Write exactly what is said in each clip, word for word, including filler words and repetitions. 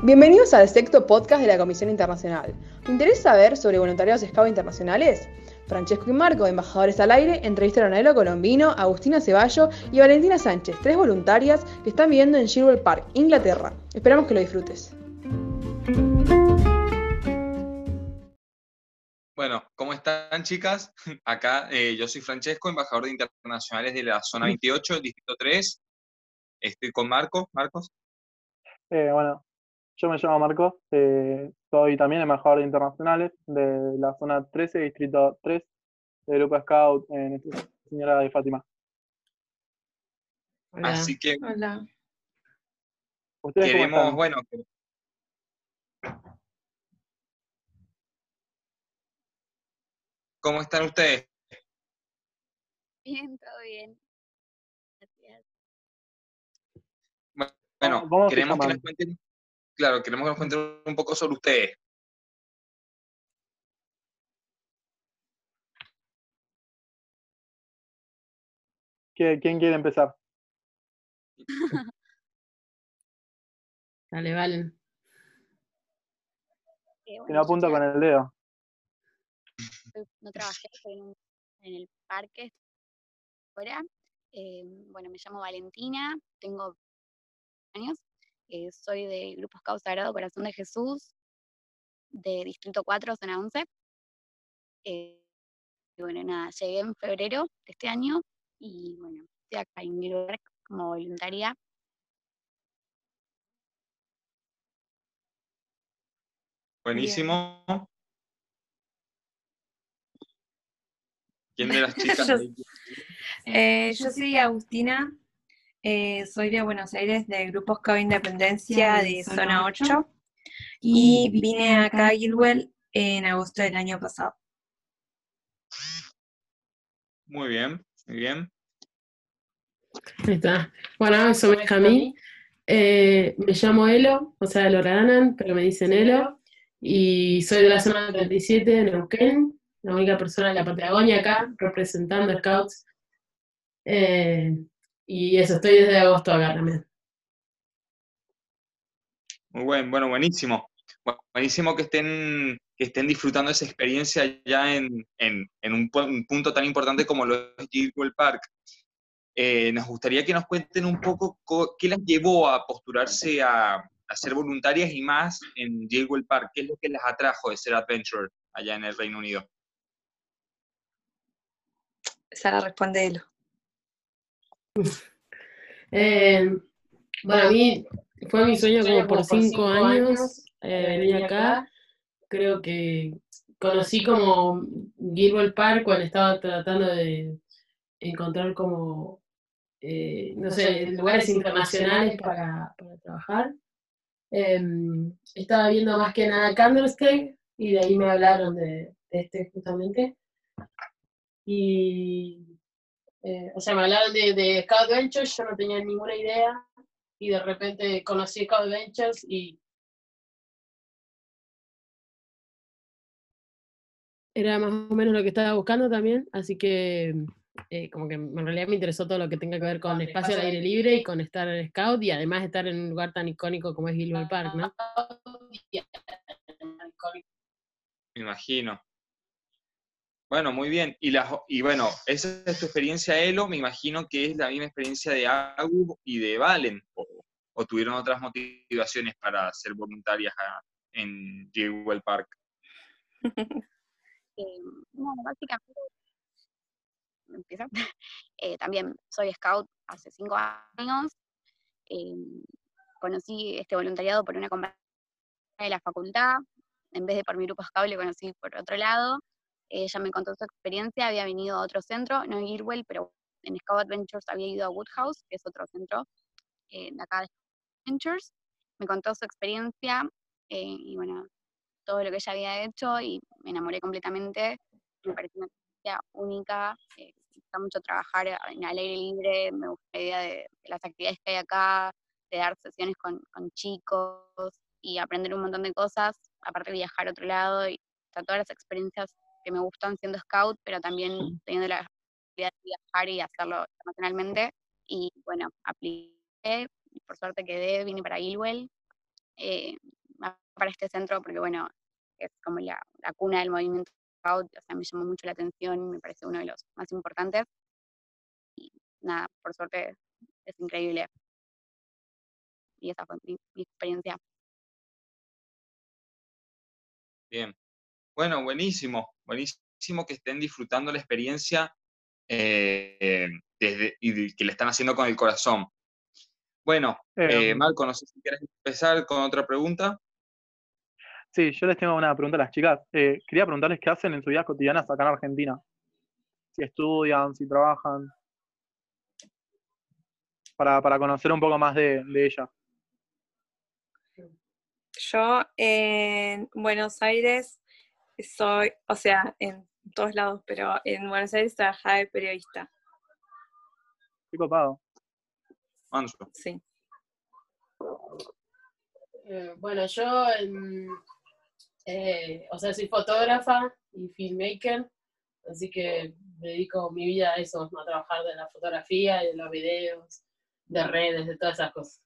Bienvenidos al sexto podcast de la Comisión Internacional. ¿Te interesa saber sobre voluntariados Scout internacionales? Francesco y Marco, embajadores al aire, entrevistaron a Elo Colombino, Agustina Ceballo y Valentina Sánchez, tres voluntarias que están viviendo en Gilwell Park, Inglaterra. Esperamos que lo disfrutes. Bueno, ¿cómo están, chicas? Acá eh, yo soy Francesco, embajador de internacionales de la zona veintiocho, distrito tres. Estoy con Marco. Marcos. Eh, bueno, yo me llamo Marcos, eh, soy también embajador de internacionales de la zona trece, distrito tres, del Grupo Scout en Nuestra Señora de Fátima. Hola. Así que Hola. ¿Ustedes cómo queremos, están? bueno, ¿cómo están ustedes? Bien, todo bien. Gracias. Bueno, ¿Cómo- cómo se queremos que llaman? nos cuenten, claro, queremos que nos cuenten un poco sobre ustedes. ¿Qui- ¿Quién quiere empezar? Dale, Valen. Eh, Si bueno, no yo apunto con tra- el dedo. no trabajé, estoy en, un- en el parque ahora. Eh, bueno, me llamo Valentina, tengo años, eh, soy del Grupo Scout Sagrado Corazón de Jesús, de Distrito cuatro, zona once. Eh, y bueno, nada, llegué en febrero de este año y bueno, estoy acá en Gilwell Park como voluntaria. Buenísimo. ¿Quién de las chicas? Yo, eh, yo soy Agustina, eh, soy de Buenos Aires, del Grupo Scout Independencia de Zona ocho, y vine acá a Gilwell en agosto del año pasado. Muy bien, muy bien. Ahí está. Bueno, eso me deja a mí. Eh, me llamo Elo, o sea, Lorananan, pero me dicen Elo. Y soy de la zona treinta y siete de Neuquén, la única persona de la Patagonia acá, representando Scouts. Eh, y eso, estoy desde agosto acá también. Muy buen, bueno, buenísimo. Bu- Buenísimo que estén, que estén disfrutando esa experiencia ya en, en, en un, pu- un punto tan importante como lo es Gilwell Park. Eh, nos gustaría que nos cuenten un poco co- qué las llevó a postularse a, a ser voluntarias y más en Gilwell Park. ¿Qué es lo que las atrajo de ser Adventure allá en el Reino Unido? Esa la responde Elo. Eh, bueno, a mí fue mi sueño como por cinco años eh, venir acá. Creo que conocí como Gilwell Park cuando estaba tratando de encontrar como, eh, no sé, lugares internacionales para, para trabajar. Eh, estaba viendo más que nada Candlestick y de ahí me hablaron de, de este justamente. Y, eh, o sea, me hablaron de, de Scout Ventures, yo no tenía ninguna idea y de repente conocí Scout Ventures y era más o menos lo que estaba buscando también, así que eh, como que en realidad me interesó todo lo que tenga que ver con espacio al aire libre y con estar en Scout y además estar en un lugar tan icónico como es Gilwell Park, ¿no? Me imagino. Bueno, muy bien. Y, las, y bueno, esa es tu experiencia, Elo. Me imagino que es la misma experiencia de Agu y de Valen. O, o tuvieron otras motivaciones para ser voluntarias a- en Gilwell Park. Eh, bueno, básicamente, empiezo. Eh, también soy scout hace cinco años. Eh, conocí este voluntariado por una compañía de la facultad. En vez de por mi grupo scout, le conocí por otro lado. Ella me contó su experiencia, había venido a otro centro, no en Gilwell, pero en Scout Adventures había ido a Woodhouse, que es otro centro eh, de acá de Adventures. Me contó su experiencia eh, y bueno, todo lo que ella había hecho y me enamoré completamente. Me pareció una experiencia única. Eh, me gusta mucho trabajar en al aire libre, me gusta la idea de, de las actividades que hay acá, de dar sesiones con, con chicos y aprender un montón de cosas, aparte de viajar a otro lado y o sea, todas las experiencias que me gustan siendo scout, pero también teniendo la posibilidad de viajar y hacerlo internacionalmente. Y bueno, apliqué, por suerte quedé, vine para Gilwell. Eh, para este centro porque, bueno, es como la, la cuna del movimiento Scout, o sea, me llamó mucho la atención, me parece uno de los más importantes. Y nada, por suerte es increíble. Y esa fue mi, mi experiencia. Bien. Bueno, buenísimo, buenísimo que estén disfrutando la experiencia eh, desde, y que le están haciendo con el corazón. Bueno, Eh, eh, Marco, no sé si quieres empezar con otra pregunta. sí, yo les tengo una pregunta a las chicas. Eh, quería preguntarles qué hacen en sus vidas cotidianas acá en Argentina. Si estudian, si trabajan, para, para conocer un poco más de, de ella. Yo en Buenos Aires soy, o sea, en todos lados, pero en Buenos Aires trabajaba de periodista. Qué copado. Manso. Sí. Eh, bueno, yo, en, eh, o sea, soy fotógrafa y filmmaker, así que dedico mi vida a eso, a trabajar de la fotografía, de los videos, de redes, de todas esas cosas.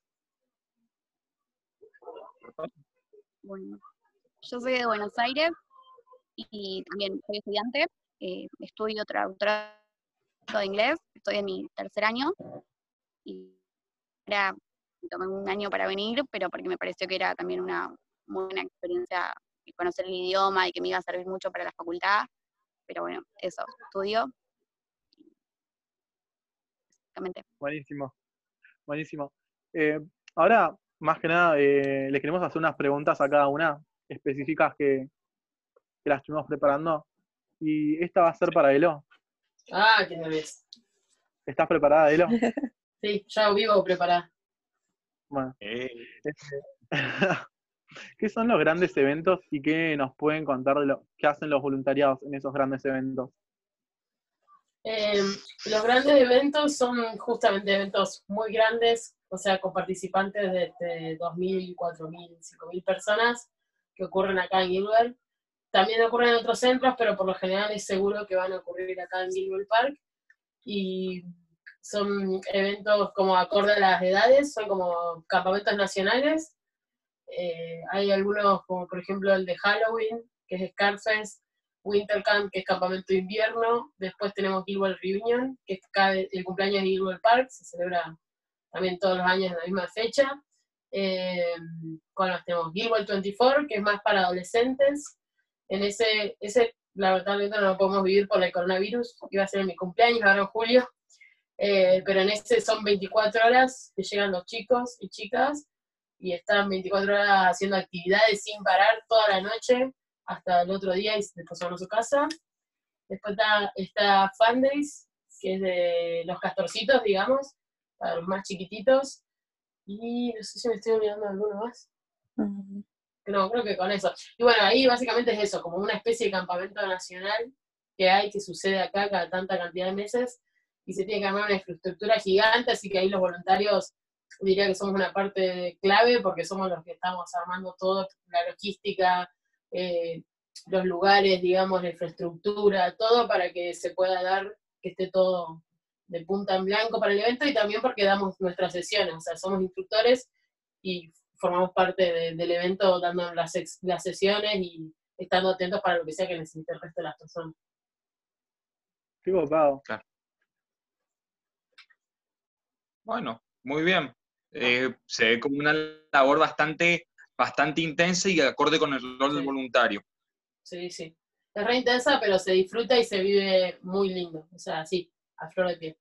Bueno, yo soy de Buenos Aires y también soy estudiante. Eh, estudio traductorado de inglés, estoy en mi tercer año y ahora me tomé un año para venir, pero porque me pareció que era también una muy buena experiencia conocer el idioma y que me iba a servir mucho para la facultad. Pero bueno, eso, estudio. Básicamente. Buenísimo, buenísimo. Eh, ahora, más que nada, eh, le queremos hacer unas preguntas a cada una, específicas que, que las estuvimos preparando. Y esta va a ser para Elo. Ah, qué nervios. ¿Estás preparada, Elo? Sí, ya vivo preparada. Bueno. Eh, Este, ¿qué son los grandes eventos y qué nos pueden contar de lo que hacen los voluntariados en esos grandes eventos? Eh, los grandes eventos son justamente eventos muy grandes, o sea, con participantes de, de dos mil, cuatro mil, cinco mil personas que ocurren acá en Gilbert. También ocurren en otros centros, pero por lo general es seguro que van a ocurrir acá en Gilbert Park. Y son eventos como acorde a las edades, son como campamentos nacionales. Eh, hay algunos, como por ejemplo el de Halloween, que es Scarfest, Winter Camp, que es campamento de invierno. Después tenemos Gilwell Reunion, que es cada, el cumpleaños de Gilwell Park, se celebra también todos los años en la misma fecha. Eh, ¿Cuál más tenemos? Gilwell veinticuatro, que es más para adolescentes. En ese, ese lamentablemente no lo podemos vivir por el coronavirus, iba a ser en mi cumpleaños, ahora en julio. Eh, pero en ese son veinticuatro horas que llegan los chicos y chicas y están veinticuatro horas haciendo actividades sin parar toda la noche hasta el otro día y después van a su casa. Después está, está Fun Days, que es de los castorcitos, digamos, para los más chiquititos. Y no sé si me estoy olvidando de alguno más. Mm. No, creo que con eso. Y bueno, ahí básicamente es eso, como una especie de campamento nacional que hay, que sucede acá cada tanta cantidad de meses, y se tiene que armar una infraestructura gigante, así que ahí los voluntarios diría que somos una parte clave, porque somos los que estamos armando todo, la logística, eh, los lugares, digamos, la infraestructura, todo para que se pueda dar, que esté todo de punta en blanco para el evento, y también porque damos nuestras sesiones, o sea, somos instructores y formamos parte de, del evento dando las, ex, las sesiones y estando atentos para lo que sea que necesite el resto de las personas. Qué copado. claro. Bueno, muy bien. Eh, se ve como una labor bastante, bastante intensa y acorde con el rol Sí. del voluntario. Sí, sí. Es re intensa, pero se disfruta y se vive muy lindo. O sea, sí, a flor de piel.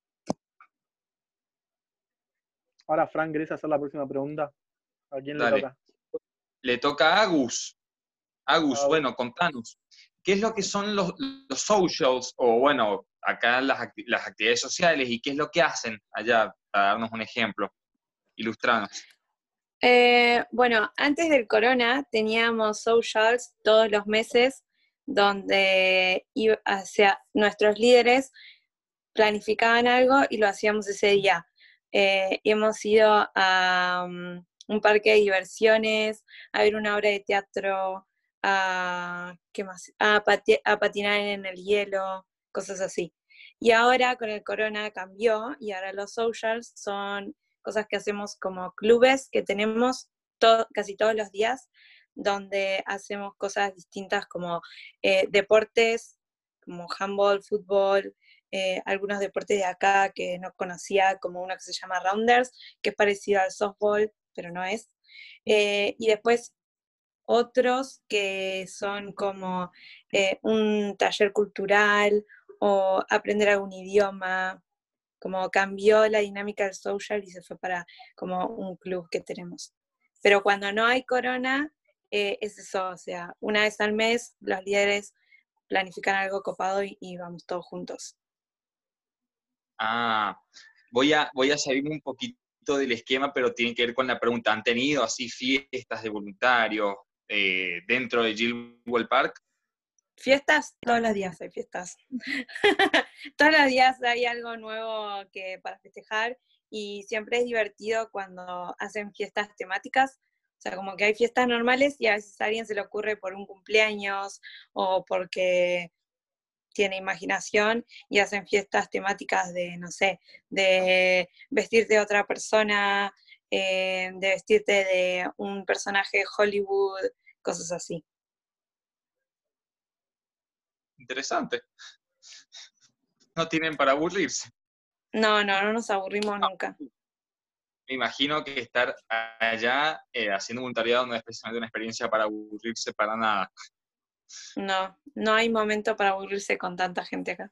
Ahora, Frank, ¿querés hacer la próxima pregunta? ¿A quién Dale. le toca? Le toca a Agus. Agus, Agus. bueno, contanos. ¿Qué es lo que son los, los socials, o bueno, acá las, acti- las actividades sociales, y qué es lo que hacen allá, para darnos un ejemplo? Ilustranos. Eh, bueno, antes del corona teníamos socials todos los meses donde iba, o sea, nuestros líderes planificaban algo y lo hacíamos ese día. Eh, hemos ido a um, un parque de diversiones, a ver una obra de teatro, a, ¿qué más? A, pati- a patinar en el hielo, cosas así. Y ahora con el corona cambió y ahora los socials son cosas que hacemos como clubes que tenemos to- casi todos los días, donde hacemos cosas distintas como eh, deportes, como handball, fútbol, eh, algunos deportes de acá que no conocía, como uno que se llama Rounders, que es parecido al softball, pero no es. Eh, y después otros que son como eh, un taller cultural o aprender algún idioma, como cambió la dinámica del social y se fue para como un club que tenemos. Pero cuando no hay corona, eh, es eso, o sea, una vez al mes los líderes planifican algo copado y, y vamos todos juntos. Ah, voy a, voy a salirme un poquito del esquema, pero tiene que ver con la pregunta. ¿Han tenido así fiestas de voluntarios eh, dentro de Gilwell Park? Fiestas, todos los días hay fiestas. Todos los días hay algo nuevo que, para festejar y siempre es divertido cuando hacen fiestas temáticas. O sea, como que hay fiestas normales y a veces a alguien se le ocurre por un cumpleaños o porque tiene imaginación y hacen fiestas temáticas de, no sé, de vestirte de otra persona, eh, de vestirte de un personaje de Hollywood, cosas así. Interesante. No tienen para aburrirse. No, no, no nos aburrimos nunca. Me imagino que estar allá eh, haciendo voluntariado no es precisamente una experiencia para aburrirse para nada. No, no hay momento para aburrirse con tanta gente acá.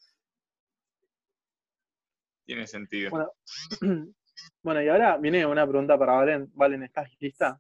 Tiene sentido. Bueno, bueno, y ahora viene una pregunta para Valen. Valen, ¿estás lista?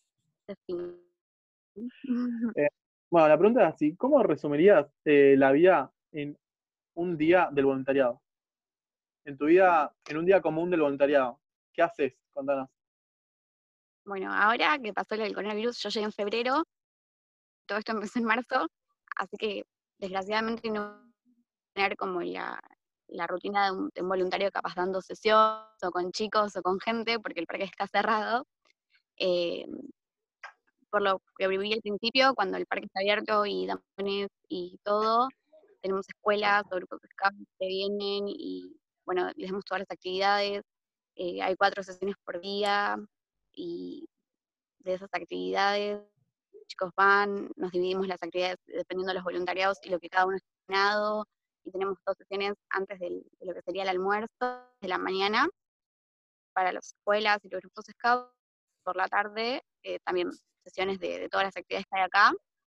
Eh, bueno, la pregunta es así, ¿cómo resumirías eh, la vida en un día del voluntariado? En tu vida, en un día común del voluntariado, ¿qué haces? Contanos. Bueno, ahora que pasó lo del coronavirus, yo llegué en febrero, todo esto empezó en marzo, así que desgraciadamente no voy a tener como la, la rutina de un, de un voluntario capaz dando sesiones o con chicos o con gente, porque el parque está cerrado. Eh, por lo que viví al principio, cuando el parque está abierto y dan planes y todo, tenemos escuelas o grupos de scouts que vienen y, bueno, les damos todas las actividades. Eh, hay cuatro sesiones por día y de esas actividades los chicos van, nos dividimos las actividades dependiendo de los voluntariados y lo que cada uno está asignado, y tenemos dos sesiones antes del, de lo que sería el almuerzo de la mañana para las escuelas y los grupos scouts. Por la tarde eh, también sesiones de, de todas las actividades que hay acá,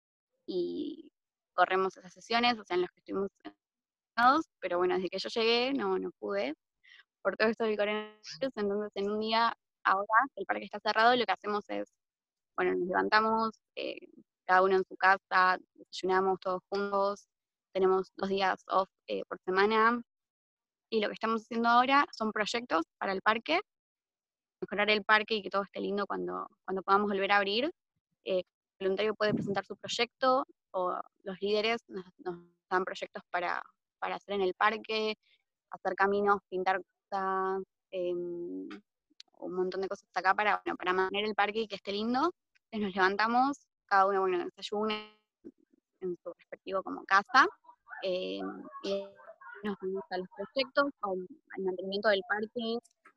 y corremos esas sesiones, o sea, en las que estuvimos entrenados, pero bueno, desde que yo llegué no, no pude, por todo esto del coronavirus. Entonces en un día, ahora que el parque está cerrado, lo que hacemos es, bueno, nos levantamos, eh, cada uno en su casa, desayunamos todos juntos, tenemos dos días off eh, por semana, y lo que estamos haciendo ahora son proyectos para el parque, mejorar el parque y que todo esté lindo cuando, cuando podamos volver a abrir. Eh, el voluntario puede presentar su proyecto o los líderes nos, nos dan proyectos para, para hacer en el parque, hacer caminos, pintar cosas, eh, un montón de cosas acá para, bueno, para mantener el parque y que esté lindo. Entonces nos levantamos, cada uno, bueno, desayuna en su respectivo como casa, eh, y nos vamos a los proyectos, al mantenimiento del parque,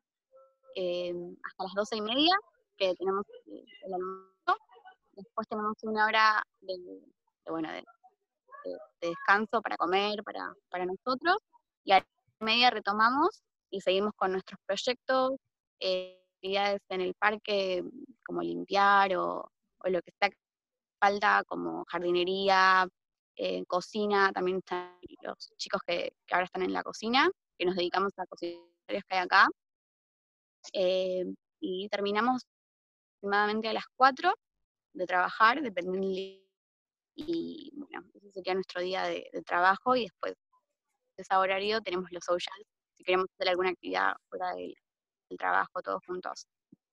eh, hasta las doce y media, que tenemos eh, el almuerzo. Después tenemos una hora de, de, bueno, de, de, de descanso para comer, para, para nosotros, y a las y media retomamos y seguimos con nuestros proyectos, eh, actividades en el parque, como limpiar o, o lo que sea que falta, como jardinería, eh, cocina. También están los chicos que, que ahora están en la cocina, que nos dedicamos a cocinar que hay acá. Eh, y terminamos aproximadamente a las cuatro de trabajar, dependiendo del día. Y bueno, ese sería nuestro día de, de trabajo, y después de ese horario tenemos los socials, si queremos hacer alguna actividad fuera del, del trabajo todos juntos.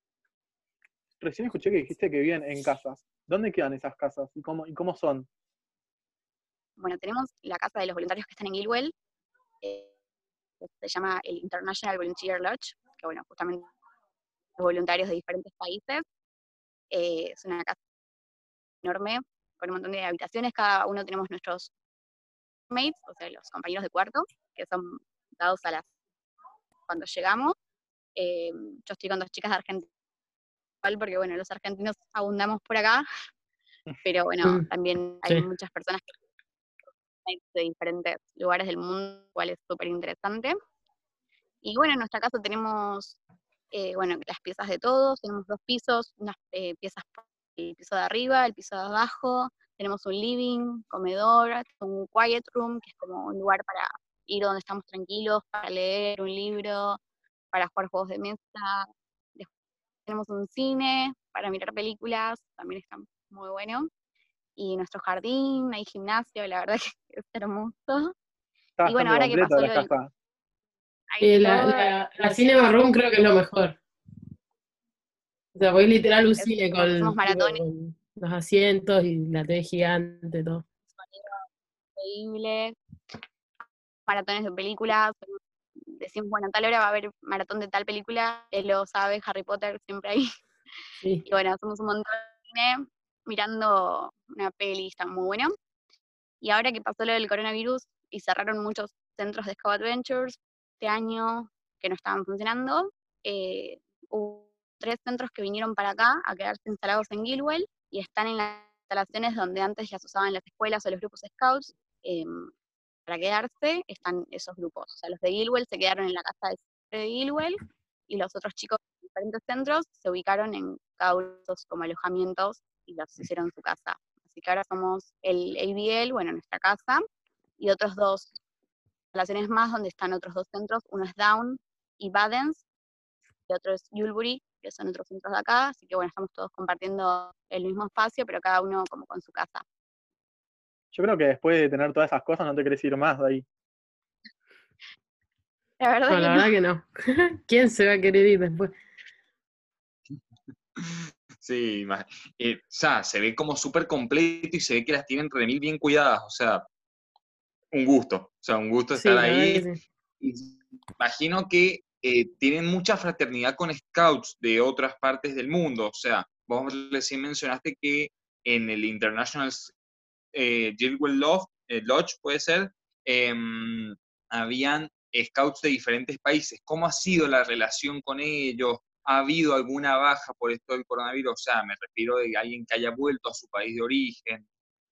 Recién escuché que dijiste que viven en casas. ¿Dónde quedan esas casas y cómo, y cómo son? Bueno, tenemos la casa de los voluntarios que están en Gilwell, eh, se llama el International Volunteer Lodge, que bueno, justamente los voluntarios de diferentes países. Eh, es una casa enorme, con un montón de habitaciones, cada uno tenemos nuestros mates, o sea, los compañeros de cuarto, que son dados a las cuando llegamos. Eh, yo estoy con dos chicas de Argentina, porque bueno, los argentinos abundamos por acá, pero bueno, Mm, también hay sí. muchas personas que hay de diferentes lugares del mundo, lo cual es súper interesante. Y bueno, en nuestra casa tenemos, eh, bueno, las piezas de todos, tenemos dos pisos, unas eh, piezas por el piso de arriba, el piso de abajo, tenemos un living, comedor, un quiet room, que es como un lugar para ir donde estamos tranquilos, para leer un libro, para jugar juegos de mesa. Después tenemos un cine para mirar películas, también está muy bueno. Y nuestro jardín, hay gimnasio, la verdad que es hermoso. Está Y bueno, bastante ahora que completo pasó la lo del casa. hay Eh, de la, todo, la, la Cinema Room creo que es lo mejor. O sea, voy literal a un es cine hermoso, hacemos con, tipo, maratones, con los asientos y la T V gigante, todo. sonido increíble, maratones de películas, decimos, bueno, a tal hora va a haber maratón de tal película, él lo sabe, Harry Potter siempre ahí. Sí. Y bueno, hacemos un montón de cine mirando una peli, está muy bueno. Y ahora que pasó lo del coronavirus y cerraron muchos centros de Scout Adventures este año que no estaban funcionando, eh, hubo tres centros que vinieron para acá a quedarse instalados en Gilwell y están en las instalaciones donde antes las usaban las escuelas o los grupos scouts. eh, para quedarse están esos grupos. O sea, los de Gilwell se quedaron en la casa de Gilwell y los otros chicos de diferentes centros se ubicaron en cada uno de esos como alojamientos y los hicieron su casa. Así que ahora somos el A B L, bueno, nuestra casa, y otros dos instalaciones más donde están otros dos centros. Uno es Down y Badens, y otro es Yulbury, que son otros centros de acá. Así que bueno, estamos todos compartiendo el mismo espacio, pero cada uno como con su casa. Yo creo que después de tener todas esas cosas no te querés ir más de ahí. La verdad No, que la no. verdad que no. ¿Quién se va a querer ir después? Sí, ima- eh, o sea, se ve como súper completo y se ve que las tienen remil bien cuidadas, o sea, un gusto, o sea, un gusto estar Sí, la verdad que ahí. sí. Y imagino que eh, tienen mucha fraternidad con scouts de otras partes del mundo, o sea, vos recién mencionaste que en el International eh, Gilwell Lodge, eh, Lodge, puede ser, em, habían scouts de diferentes países. ¿Cómo ha sido la relación con ellos? ¿Ha habido alguna baja por esto del coronavirus? O sea, me refiero de alguien que haya vuelto a su país de origen.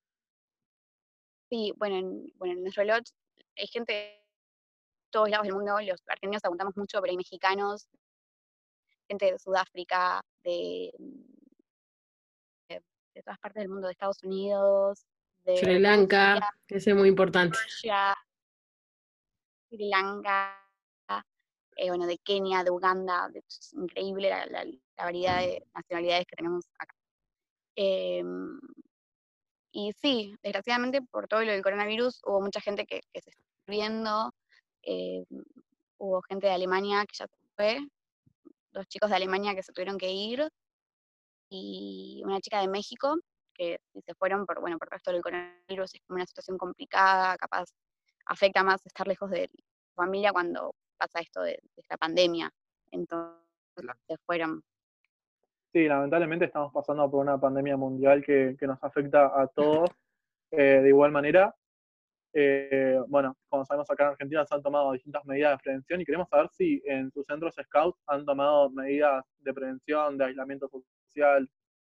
Sí, bueno, en, bueno, en nuestro lodge hay gente de todos lados del mundo, los argentinos aguantamos mucho, pero hay mexicanos, gente de Sudáfrica, de, de, de todas partes del mundo, de Estados Unidos, de Sri Lanka, Rusia, que ese es muy importante. Georgia, Sri Lanka, eh, bueno, de Kenia, de Uganda, de- es increíble la, la- la variedad de nacionalidades que tenemos acá. Eh, y sí, desgraciadamente por todo lo del coronavirus hubo mucha gente que, que se está viendo, eh, hubo gente de Alemania que ya se fue, dos chicos de Alemania que se tuvieron que ir, y una chica de México que sí se fueron por, bueno, por todo esto del coronavirus, es como una situación complicada, capaz afecta más estar lejos de tu familia cuando pasa esto de, de la pandemia. Entonces se fueron. Sí, lamentablemente estamos pasando por una pandemia mundial que, que nos afecta a todos eh, de igual manera. Eh, bueno, como sabemos acá en Argentina se han tomado distintas medidas de prevención y queremos saber si en sus centros Scout han tomado medidas de prevención, de aislamiento social.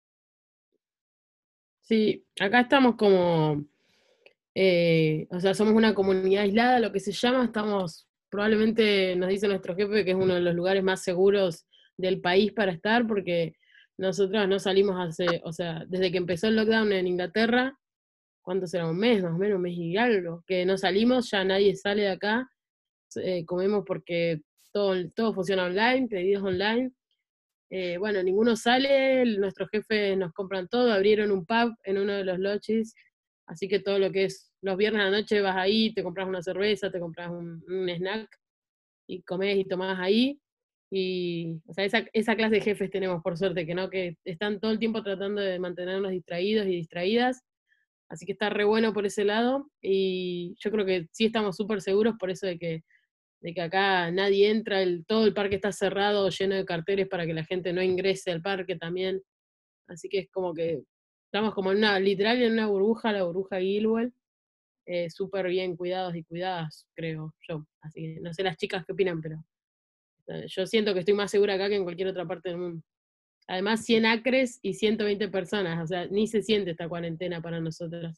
Sí, acá estamos como, eh, o sea, somos una comunidad aislada, lo que se llama, estamos, probablemente nos dice nuestro jefe que es uno de los lugares más seguros del país para estar, porque nosotros no salimos hace, o sea, desde que empezó el lockdown en Inglaterra, ¿cuánto será? Un mes, más o menos, un mes y algo, que no salimos, ya nadie sale de acá, eh, comemos porque todo, todo funciona online, pedidos online. Eh, bueno, ninguno sale, nuestros jefes nos compran todo, abrieron un pub en uno de los lodges, así que todo lo que es los viernes a la noche vas ahí, te compras una cerveza, te compras un, un snack y comés y tomás ahí. Y, o sea, esa, esa clase de jefes tenemos por suerte, que no, que están todo el tiempo tratando de mantenernos distraídos y distraídas, así que está re bueno por ese lado, y yo creo que sí estamos súper seguros por eso de que de que acá nadie entra, el, todo el parque está cerrado, lleno de carteles para que la gente no ingrese al parque también. Así que es como que estamos como en una, literal en una burbuja, la burbuja Gilwell, eh, súper bien cuidados y cuidadas, creo yo. Así que no sé las chicas qué opinan, pero eh, yo siento que estoy más segura acá que en cualquier otra parte del mundo. Además, cien acres y ciento veinte personas, o sea, ni se siente esta cuarentena para nosotros.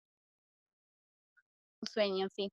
Un sueño, sí.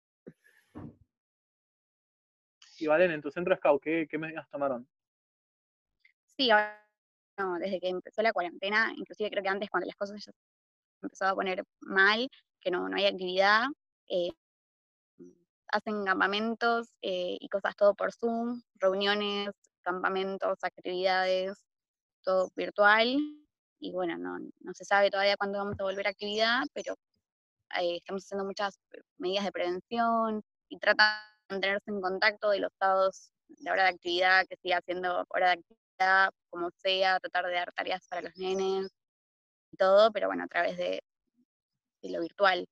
Y Valen, en tu centro scout, ¿qué, qué medidas tomaron? Sí, ahora, no, desde que empezó la cuarentena, inclusive creo que antes cuando las cosas ya se empezaban a poner mal, que no, no hay actividad, eh, hacen campamentos eh, y cosas todo por Zoom, reuniones, campamentos, actividades, todo virtual. Y bueno, no, no se sabe todavía cuándo vamos a volver a actividad, pero eh, estamos haciendo muchas medidas de prevención y tratan de mantenerse en contacto de los sábados de hora de actividad, que siga haciendo hora de actividad, como sea, tratar de dar tareas para los nenes y todo, pero bueno, a través de, de lo virtual.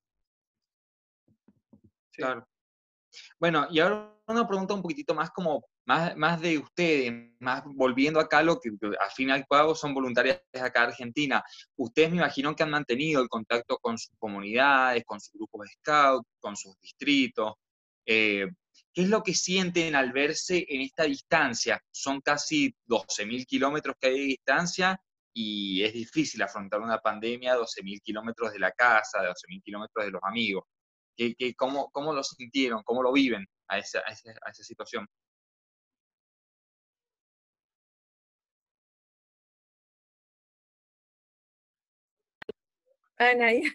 Sí. Claro. Bueno, y ahora una pregunta un poquitito más como, más, más de ustedes, más volviendo acá a lo que al fin y al cabo son voluntarias acá en Argentina. Ustedes me imagino que han mantenido el contacto con sus comunidades, con sus grupos de scout, con sus distritos. Eh, ¿Qué es lo que sienten al verse en esta distancia? Son casi doce mil kilómetros que hay de distancia y es difícil afrontar una pandemia a doce mil kilómetros de la casa, de doce mil kilómetros de los amigos. ¿Qué, qué, cómo, ¿Cómo lo sintieron? ¿Cómo lo viven a esa, a esa, a esa situación? Ah, nadie.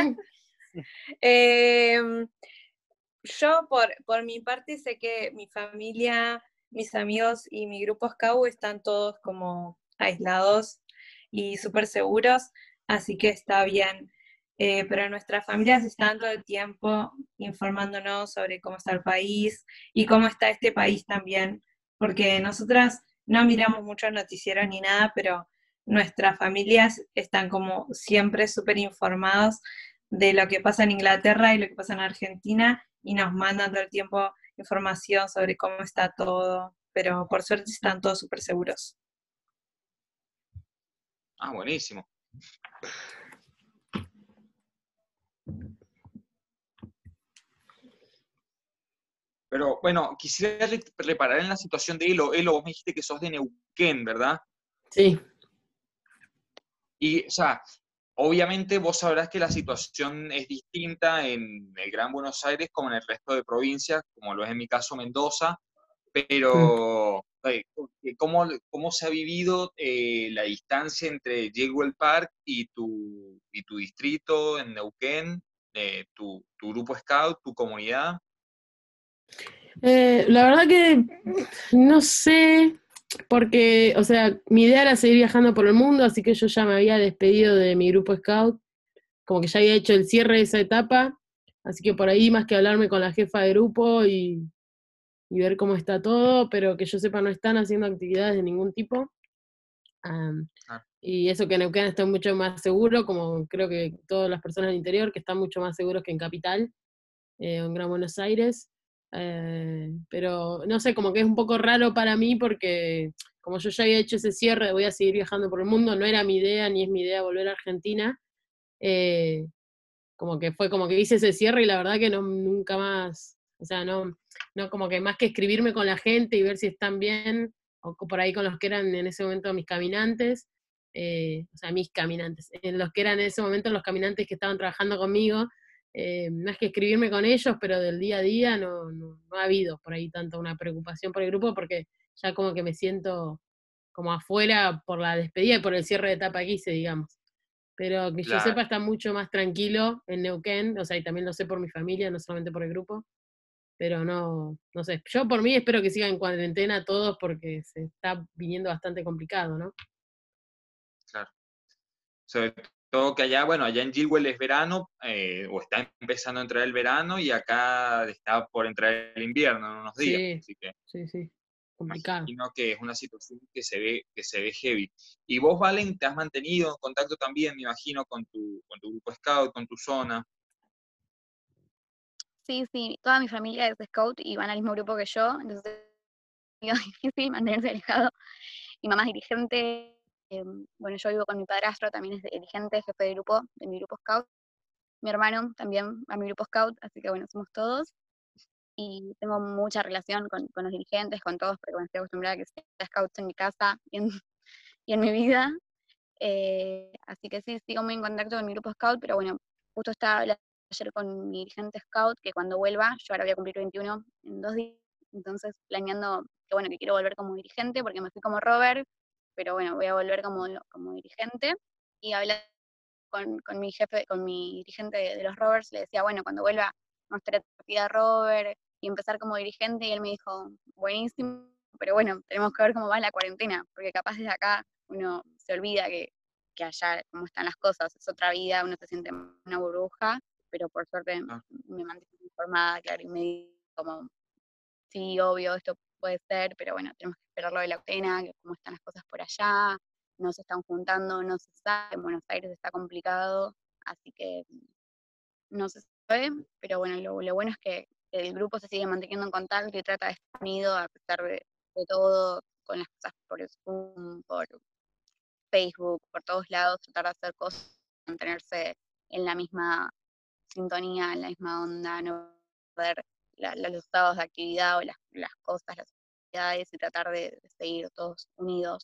Em, yo, por, por mi parte, sé que mi familia, mis amigos y mi grupo Scout están todos como aislados y súper seguros, así que está bien. Eh, pero nuestras familias están todo el tiempo informándonos sobre cómo está el país y cómo está este país también, porque nosotras no miramos muchos noticieros ni nada, pero nuestras familias están como siempre súper informados de lo que pasa en Inglaterra y lo que pasa en Argentina y nos mandan todo el tiempo información sobre cómo está todo, pero por suerte están todos súper seguros. Ah, buenísimo. Pero bueno, quisiera re- reparar en la situación de Elo. Elo, vos me dijiste que sos de Neuquén, ¿verdad? Sí. Y, o sea, obviamente vos sabrás que la situación es distinta en el Gran Buenos Aires como en el resto de provincias, como lo es en mi caso Mendoza, pero eh, ¿cómo, cómo se ha vivido eh, la distancia entre Jewel Park y tu, y tu distrito en Neuquén, eh, tu, tu grupo scout, tu comunidad? Eh, la verdad que no sé, porque, o sea, mi idea era seguir viajando por el mundo, así que yo ya me había despedido de mi grupo Scout, como que ya había hecho el cierre de esa etapa, así que por ahí más que hablarme con la jefa de grupo y, y ver cómo está todo, pero que yo sepa no están haciendo actividades de ningún tipo. Um, Ah. Y eso que Neuquén está mucho más seguro, como creo que todas las personas del interior, que están mucho más seguros que en Capital, eh, en Gran Buenos Aires. Eh, pero no sé, como que es un poco raro para mí porque como yo ya había hecho ese cierre, voy a seguir viajando por el mundo, no era mi idea ni es mi idea volver a Argentina. Eh, como que fue como que hice ese cierre y la verdad que no nunca más, o sea, no, no como que más que escribirme con la gente y ver si están bien, o por ahí con los que eran en ese momento mis caminantes, eh, o sea, mis caminantes, en los que eran en ese momento los caminantes que estaban trabajando conmigo, eh, más que escribirme con ellos, pero del día a día no, no, no ha habido por ahí tanto una preocupación por el grupo porque ya como que me siento como afuera por la despedida y por el cierre de etapa que hice, digamos. Pero que yo Claro. sepa está mucho más tranquilo en Neuquén, o sea, y también lo sé por mi familia, no solamente por el grupo, pero no, no sé. Yo por mí espero que sigan en cuarentena todos porque se está viniendo bastante complicado, ¿no? Claro. Sobre todo que allá, bueno, allá en Gilwell es verano, eh, o está empezando a entrar el verano, y acá está por entrar el invierno en unos días. Sí, Así que sí, sí, complicado. imagino que es una situación que se ve, que se ve heavy. Y vos, Valen, te has mantenido en contacto también, me imagino, con tu, con tu grupo scout, con tu zona. Sí, sí, toda mi familia es scout y van al mismo grupo que yo, entonces es difícil mantenerse alejado. Mi mamá es dirigente, eh, bueno, yo vivo con mi padrastro, también es dirigente, jefe de grupo, de mi grupo scout. Mi hermano también va a mi grupo scout, así que bueno, somos todos. Y tengo mucha relación con, con los dirigentes, con todos, porque bueno, estoy acostumbrada a que sea scouts en mi casa y en, y en mi vida. Eh, así que sí, sigo muy en contacto con mi grupo Scout, pero bueno, justo estaba hablando ayer con mi dirigente Scout, que cuando vuelva, yo ahora voy a cumplir veintiuno en dos días, entonces planeando que bueno, que quiero volver como dirigente, porque me fui como Robert, pero bueno, voy a volver como, como dirigente, y hablando con, con mi jefe, con mi dirigente de, de los Roberts, le decía, bueno, cuando vuelva, mostraré partida a Robert, y empezar como dirigente, y él me dijo, buenísimo, pero bueno, tenemos que ver cómo va la cuarentena, porque capaz desde acá uno se olvida que, que allá cómo están las cosas, es otra vida, uno se siente en una burbuja, pero por suerte Ah. me mantengo informada, claro, y me dijo como, sí, obvio, esto puede ser, pero bueno, tenemos que esperar lo de la cuarentena, que cómo están las cosas por allá, no se están juntando, no se sabe, en Buenos Aires está complicado, así que no se sabe, pero bueno, lo, lo bueno es que el grupo se sigue manteniendo en contacto y trata de estar unido a pesar de, de todo, con las cosas por Zoom, por Facebook, por todos lados, tratar de hacer cosas, mantenerse en la misma sintonía, en la misma onda, no perder la, la- los estados de actividad o las, las cosas, las actividades y tratar de, de seguir todos unidos.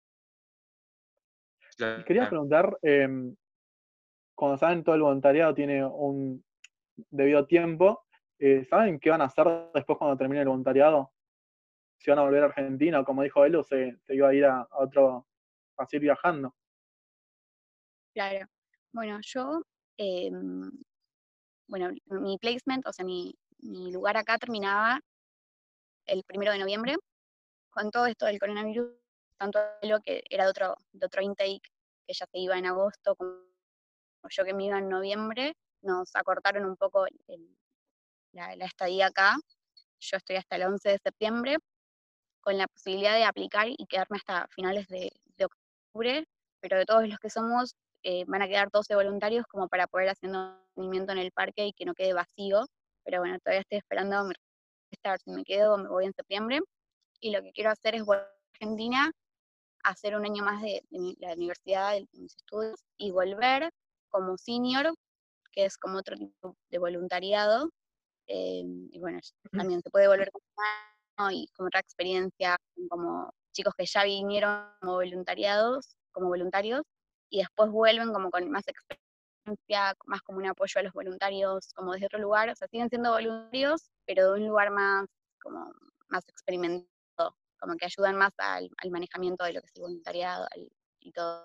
Y quería Claro. preguntar, em, cuando saben todo el voluntariado tiene un debido tiempo, eh, ¿saben qué van a hacer después cuando termine el voluntariado? Si van a volver a Argentina, o como dijo él, o se, se iba a ir a, a otro, a seguir viajando. Claro. Bueno, yo, em, bueno, mi placement, o sea, mi, mi lugar acá terminaba el primero de noviembre, con todo esto del coronavirus, tanto lo que era de otro, de otro intake, que ya se iba en agosto, como yo que me iba en noviembre, nos acortaron un poco el- la, la estadía acá. Yo estoy hasta el once de septiembre, con la posibilidad de aplicar y quedarme hasta finales de, de octubre, pero de todos los que somos, eh, van a quedar doce voluntarios como para poder hacer mantenimiento en el parque y que no quede vacío. Pero bueno, todavía estoy esperando mi respuesta, a ver si me quedo o me voy en septiembre. Y lo que quiero hacer es volver a Argentina, hacer un año más de, de mi- la universidad, de mis estudios, y volver como senior, que es como otro tipo de voluntariado. eh, y bueno, también se puede volver como humano y como otra experiencia, como chicos que ya vinieron como voluntariados, como voluntarios, y después vuelven como con más experiencia, más como un apoyo a los voluntarios, como desde otro lugar, o sea, siguen siendo voluntarios, pero de un lugar más, como, más experimentado, como que ayudan más al, al manejamiento de lo que es el voluntariado al- y todo.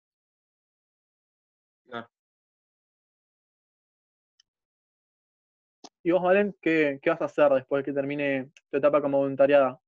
Claro. ¿Y vos, Valen, qué, qué vas a hacer después de que termine tu etapa como voluntariada?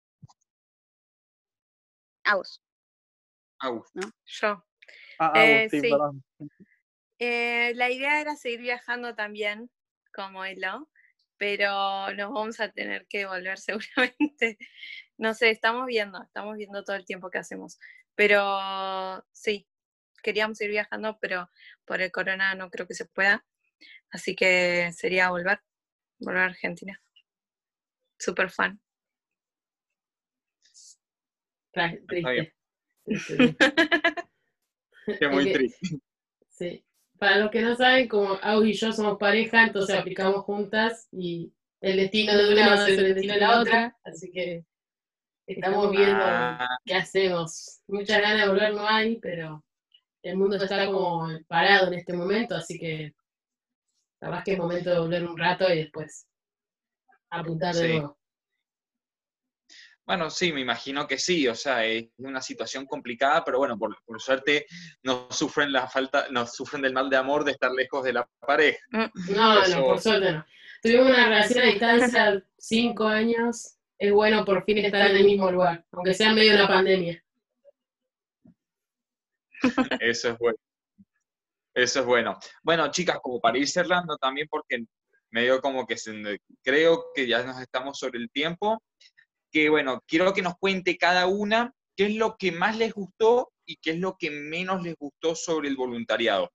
Aus, Au. Yo. Ah, ah, vos, Eh, sí, sí. perdón. Eh, la idea era seguir viajando también, como Elo, pero nos vamos a tener que volver seguramente. No sé, estamos viendo, estamos viendo todo el tiempo que hacemos. Pero sí, queríamos seguir viajando, pero por el corona no creo que se pueda. Así que sería volver, volver a Argentina. Super fan. Tra- Está bien. Triste. triste. Qué muy Ok, triste. sí. Para los que no saben, como Au y yo somos pareja, entonces aplicamos juntas y el destino de una va a ser el destino de la otra, así que estamos viendo Ah, qué hacemos. Muchas ganas de volver no hay, pero el mundo está como parado en este momento, así que capaz que es momento de volver un rato y después apuntar de sí. nuevo. Bueno, sí, me imagino que sí, o sea, es una situación complicada, pero bueno, por, por suerte no sufren la falta, no sufren del mal de amor de estar lejos de la pareja. No, Eso, no, por suerte no. Tuvimos una relación a distancia cinco años, es bueno por fin estar en el mismo lugar, aunque sea en medio de una pandemia. eso es bueno. Eso es bueno. Bueno, chicas, como para ir cerrando también, porque medio como que se- creo que ya nos estamos sobre el tiempo, que bueno, quiero que nos cuente cada una qué es lo que más les gustó y qué es lo que menos les gustó sobre el voluntariado.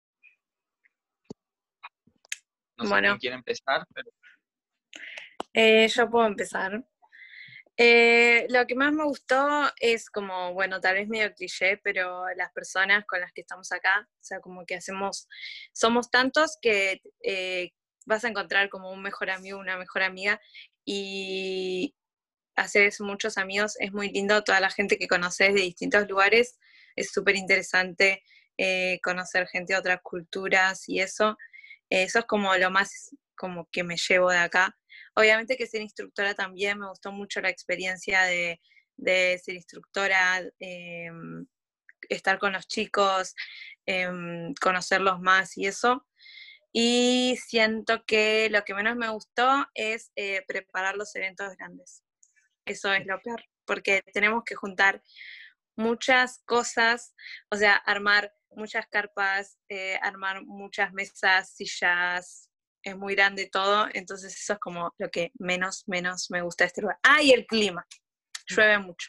No sé Bueno, quién quiere empezar, pero eh, yo puedo empezar. Eh, lo que más me gustó es como, bueno, tal vez medio cliché, pero las personas con las que estamos acá, o sea, como que hacemos, somos tantos que eh, vas a encontrar como un mejor amigo, una mejor amiga, y haces muchos amigos, es muy lindo, toda la gente que conoces de distintos lugares, es súper interesante eh, conocer gente de otras culturas y eso, eh, eso es como lo más como que me llevo de acá. Obviamente que ser instructora también, me gustó mucho la experiencia de, de ser instructora, eh, estar con los chicos, eh, conocerlos más y eso. Y siento que lo que menos me gustó es eh, preparar los eventos grandes. Eso es lo peor, porque tenemos que juntar muchas cosas, o sea, armar muchas carpas, eh, armar muchas mesas, sillas, es muy grande todo, entonces eso es como lo que menos, menos me gusta de este lugar. Ah, y el clima, llueve mucho.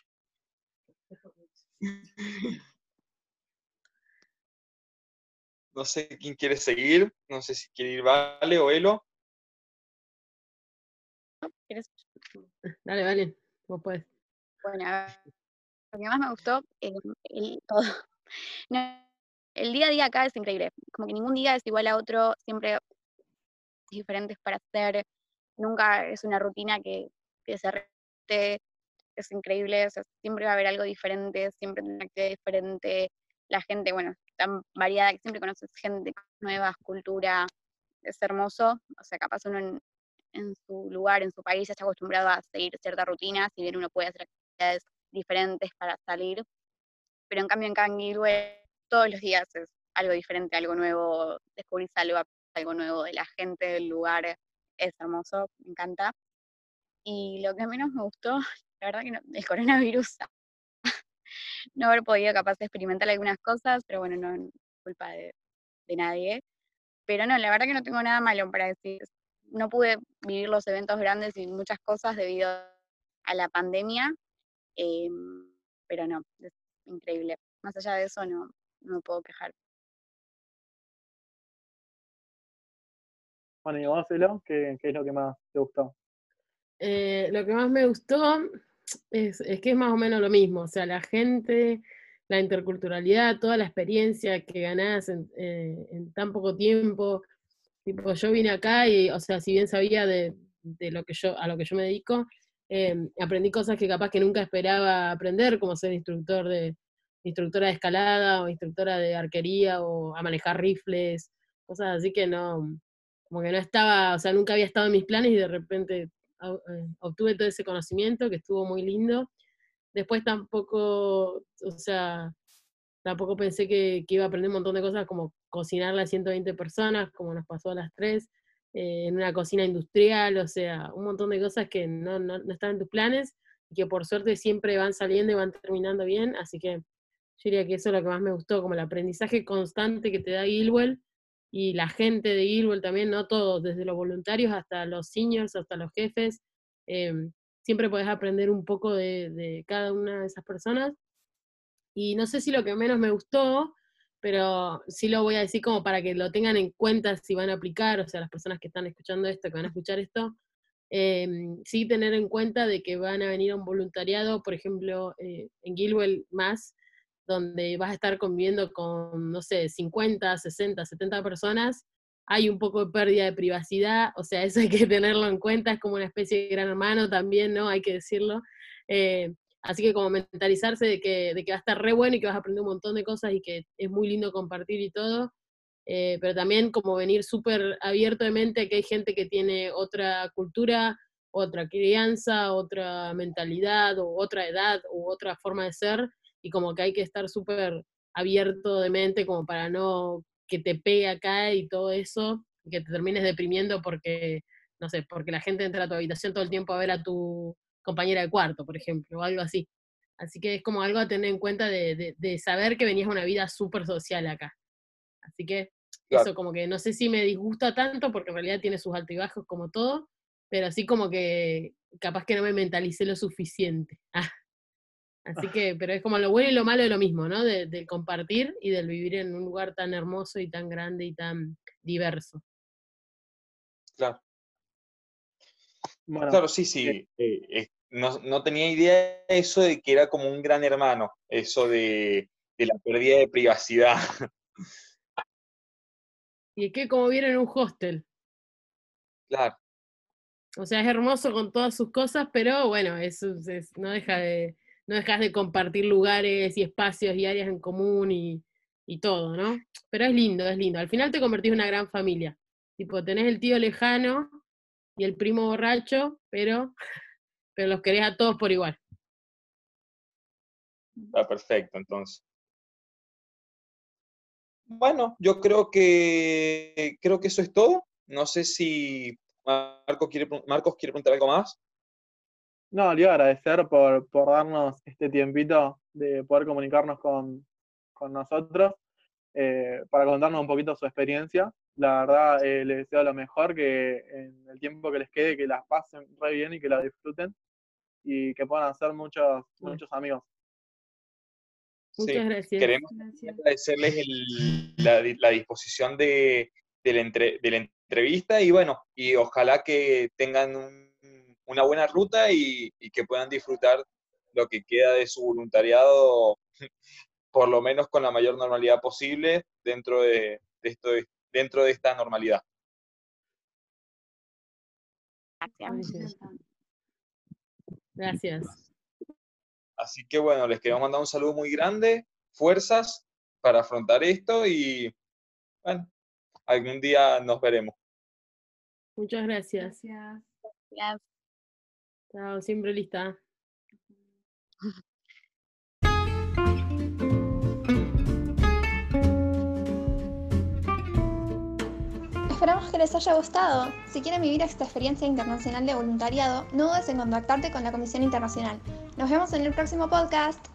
No sé quién quiere seguir, no sé si quiere ir Vale o Elo. ¿Quieres? Dale, vale, vos podés. Bueno, a ver, lo que más me gustó, eh, el, todo. No, el día a día acá es increíble, como que ningún día es igual a otro, siempre diferentes para hacer, nunca es una rutina que, que se repite, es increíble, o sea, siempre va a haber algo diferente, siempre una actividad diferente, la gente, bueno, tan variada que siempre conoces gente, nuevas, cultura, es hermoso, o sea, capaz uno en, en su lugar, en su país, ya está acostumbrado a seguir ciertas rutinas, si bien uno puede hacer actividades diferentes para salir, pero en cambio en Canguilhue todos los días es algo diferente, algo nuevo, descubrís algo, algo nuevo de la gente, del lugar, es hermoso, me encanta. Y lo que menos me gustó, la verdad que no, el coronavirus, no haber podido capaz de experimentar algunas cosas, pero bueno, no es culpa de, de nadie. Pero no, la verdad que no tengo nada malo para decir. No pude vivir los eventos grandes y muchas cosas debido a la pandemia, eh, pero no, es increíble. Más allá de eso, no, no me puedo quejar. Bueno, y vos, Elo, ¿qué, qué es lo que más te gustó? Eh, lo que más me gustó es, es que es más o menos lo mismo, o sea, la gente, la interculturalidad, toda la experiencia que ganás en, eh, en tan poco tiempo. Tipo, yo vine acá y, o sea, si bien sabía de, de lo que yo, a lo que yo me dedico, eh, aprendí cosas que capaz que nunca esperaba aprender, como ser instructor de, instructora de escalada o instructora de arquería o a manejar rifles, cosas así que no, como que no estaba, o sea, nunca había estado en mis planes y de repente eh, obtuve todo ese conocimiento que estuvo muy lindo. Después tampoco, o sea, tampoco pensé que, que iba a aprender un montón de cosas como cocinarle a ciento veinte personas, como nos pasó a las tres, eh, en una cocina industrial, o sea, un montón de cosas que no, no, no están en tus planes y que por suerte siempre van saliendo y van terminando bien, así que yo diría que eso es lo que más me gustó, como el aprendizaje constante que te da Gilwell y la gente de Gilwell también, no todos, desde los voluntarios hasta los seniors, hasta los jefes, eh, siempre podés aprender un poco de, de cada una de esas personas. Y no sé si lo que menos me gustó, pero sí lo voy a decir como para que lo tengan en cuenta si van a aplicar, o sea, las personas que están escuchando esto, que van a escuchar esto, eh, sí tener en cuenta de que van a venir a un voluntariado, por ejemplo, eh, en Gilwell más, donde vas a estar conviviendo con, no sé, cincuenta, sesenta, setenta personas, hay un poco de pérdida de privacidad, o sea, eso hay que tenerlo en cuenta, es como una especie de gran hermano también, ¿no? Hay que decirlo. Eh, así que como mentalizarse de que, de que va a estar re bueno y que vas a aprender un montón de cosas y que es muy lindo compartir y todo, eh, pero también como venir súper abierto de mente que hay gente que tiene otra cultura, otra crianza, otra mentalidad, o otra edad, u otra forma de ser, y como que hay que estar súper abierto de mente como para no que te pegue acá y todo eso, y que te termines deprimiendo porque, no sé, porque la gente entra a tu habitación todo el tiempo a ver a tu compañera de cuarto, por ejemplo, o algo así. Así que es como algo a tener en cuenta de, de, de saber que venías a una vida súper social acá. Así que Claro. eso como que no sé si me disgusta tanto, porque en realidad tiene sus altibajos como todo, pero así como que capaz que no me mentalicé lo suficiente. Ah, así que, pero es como lo bueno y lo malo de lo mismo, ¿no? De, del compartir y del vivir en un lugar tan hermoso y tan grande y tan diverso. Claro, Bueno, claro, sí, sí. eh, eh, no, no tenía idea de eso de que era como un gran hermano, eso de, de la pérdida de privacidad. Y es que como vieron en un hostel. Claro. O sea, es hermoso con todas sus cosas, pero bueno, es, es- no deja de, no dejas de compartir lugares y espacios y áreas en común y, y todo, ¿no? Pero es lindo, es lindo. Al final te convertís en una gran familia. Tipo, tenés el tío lejano y el primo borracho, pero, pero los querés a todos por igual. Está perfecto, entonces. Bueno, yo creo que creo que eso es todo. No sé si Marcos quiere, Marcos quiere preguntar algo más. No, le iba a agradecer por, por darnos este tiempito de poder comunicarnos con, con nosotros, eh, para contarnos un poquito su experiencia. La verdad, eh, les deseo lo mejor, que en el tiempo que les quede, que las pasen re bien y que la disfruten y que puedan hacer muchos, muchos amigos. Muchas Sí, gracias. queremos Gracias. agradecerles el- la, la disposición de, de la entre- de la entrevista y bueno, y ojalá que tengan un- una buena ruta y, y que puedan disfrutar lo que queda de su voluntariado, por lo menos con la mayor normalidad posible dentro de, de esto, dentro de esta normalidad. Gracias. Buenísimo. Gracias. Así que bueno, les queremos mandar un saludo muy grande, fuerzas para afrontar esto y bueno, algún día nos veremos. Muchas gracias. Gracias. Gracias. Chao, siempre lista. Esperamos que les haya gustado. Si quieren vivir esta experiencia internacional de voluntariado, no dudes en contactarte con la Comisión Internacional. Nos vemos en el próximo podcast.